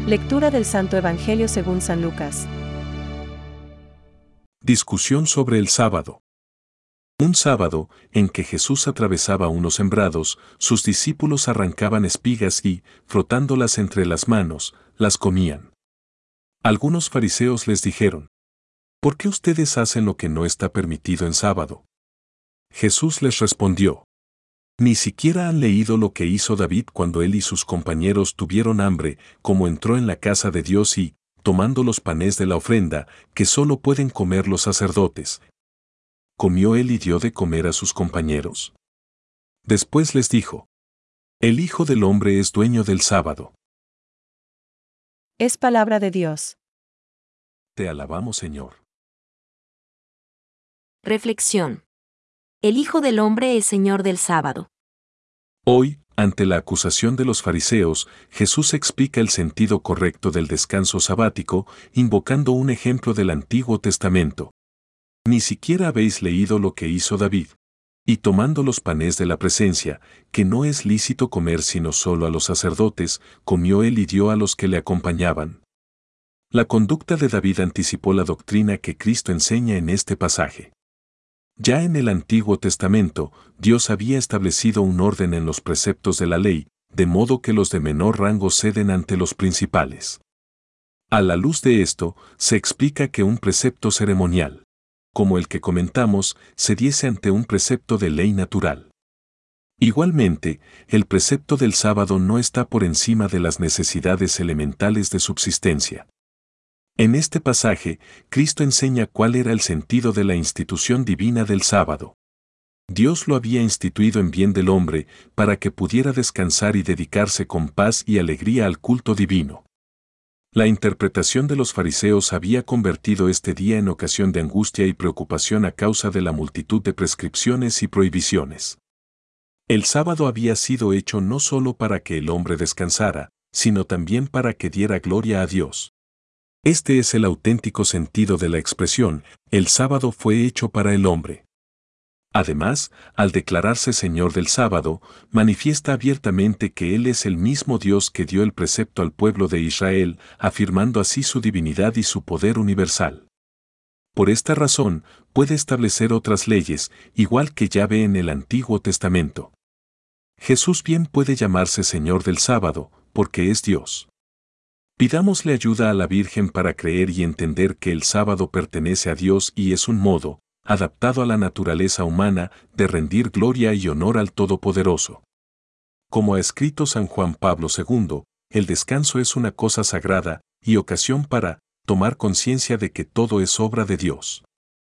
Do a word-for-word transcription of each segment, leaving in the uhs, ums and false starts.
Lectura del Santo Evangelio según San Lucas. Discusión sobre el sábado. Un sábado, en que Jesús atravesaba unos sembrados, sus discípulos arrancaban espigas y, frotándolas entre las manos, las comían. Algunos fariseos les dijeron: ¿por qué ustedes hacen lo que no está permitido en sábado? Jesús les respondió: ¿ni siquiera han leído lo que hizo David cuando él y sus compañeros tuvieron hambre, como entró en la casa de Dios y, tomando los panes de la ofrenda, que solo pueden comer los sacerdotes, comió él y dio de comer a sus compañeros? Después les dijo: el Hijo del Hombre es dueño del sábado. Es palabra de Dios. Te alabamos, Señor. Reflexión. El Hijo del Hombre es Señor del sábado. Hoy, ante la acusación de los fariseos, Jesús explica el sentido correcto del descanso sabático, invocando un ejemplo del Antiguo Testamento. Ni siquiera habéis leído lo que hizo David. Y tomando los panes de la presencia, que no es lícito comer sino solo a los sacerdotes, comió él y dio a los que le acompañaban. La conducta de David anticipó la doctrina que Cristo enseña en este pasaje. Ya en el Antiguo Testamento, Dios había establecido un orden en los preceptos de la ley, de modo que los de menor rango ceden ante los principales. A la luz de esto, se explica que un precepto ceremonial, como el que comentamos, cediese ante un precepto de ley natural. Igualmente, el precepto del sábado no está por encima de las necesidades elementales de subsistencia. En este pasaje, Cristo enseña cuál era el sentido de la institución divina del sábado. Dios lo había instituido en bien del hombre, para que pudiera descansar y dedicarse con paz y alegría al culto divino. La interpretación de los fariseos había convertido este día en ocasión de angustia y preocupación a causa de la multitud de prescripciones y prohibiciones. El sábado había sido hecho no solo para que el hombre descansara, sino también para que diera gloria a Dios. Este es el auténtico sentido de la expresión: el sábado fue hecho para el hombre. Además, al declararse Señor del sábado, manifiesta abiertamente que Él es el mismo Dios que dio el precepto al pueblo de Israel, afirmando así su divinidad y su poder universal. Por esta razón, puede establecer otras leyes, igual que Yahvé en el Antiguo Testamento. Jesús bien puede llamarse Señor del sábado, porque es Dios. Pidámosle ayuda a la Virgen para creer y entender que el sábado pertenece a Dios y es un modo, adaptado a la naturaleza humana, de rendir gloria y honor al Todopoderoso. Como ha escrito San Juan Pablo segundo, el descanso es una cosa sagrada y ocasión para tomar conciencia de que todo es obra de Dios.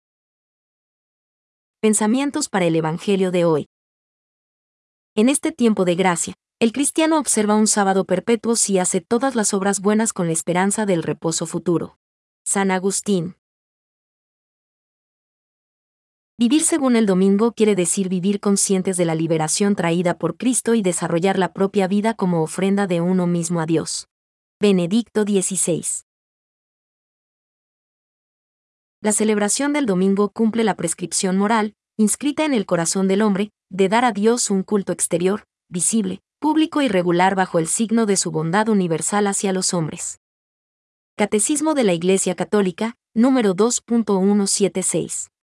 Pensamientos para el Evangelio de hoy. En este tiempo de gracia, el cristiano observa un sábado perpetuo si hace todas las obras buenas con la esperanza del reposo futuro. San Agustín. Vivir según el domingo quiere decir vivir conscientes de la liberación traída por Cristo y desarrollar la propia vida como ofrenda de uno mismo a Dios. Benedicto dieciséis. La celebración del domingo cumple la prescripción moral, inscrita en el corazón del hombre, de dar a Dios un culto exterior, visible, público y regular bajo el signo de su bondad universal hacia los hombres. Catecismo de la Iglesia Católica, número dos punto ciento setenta y seis.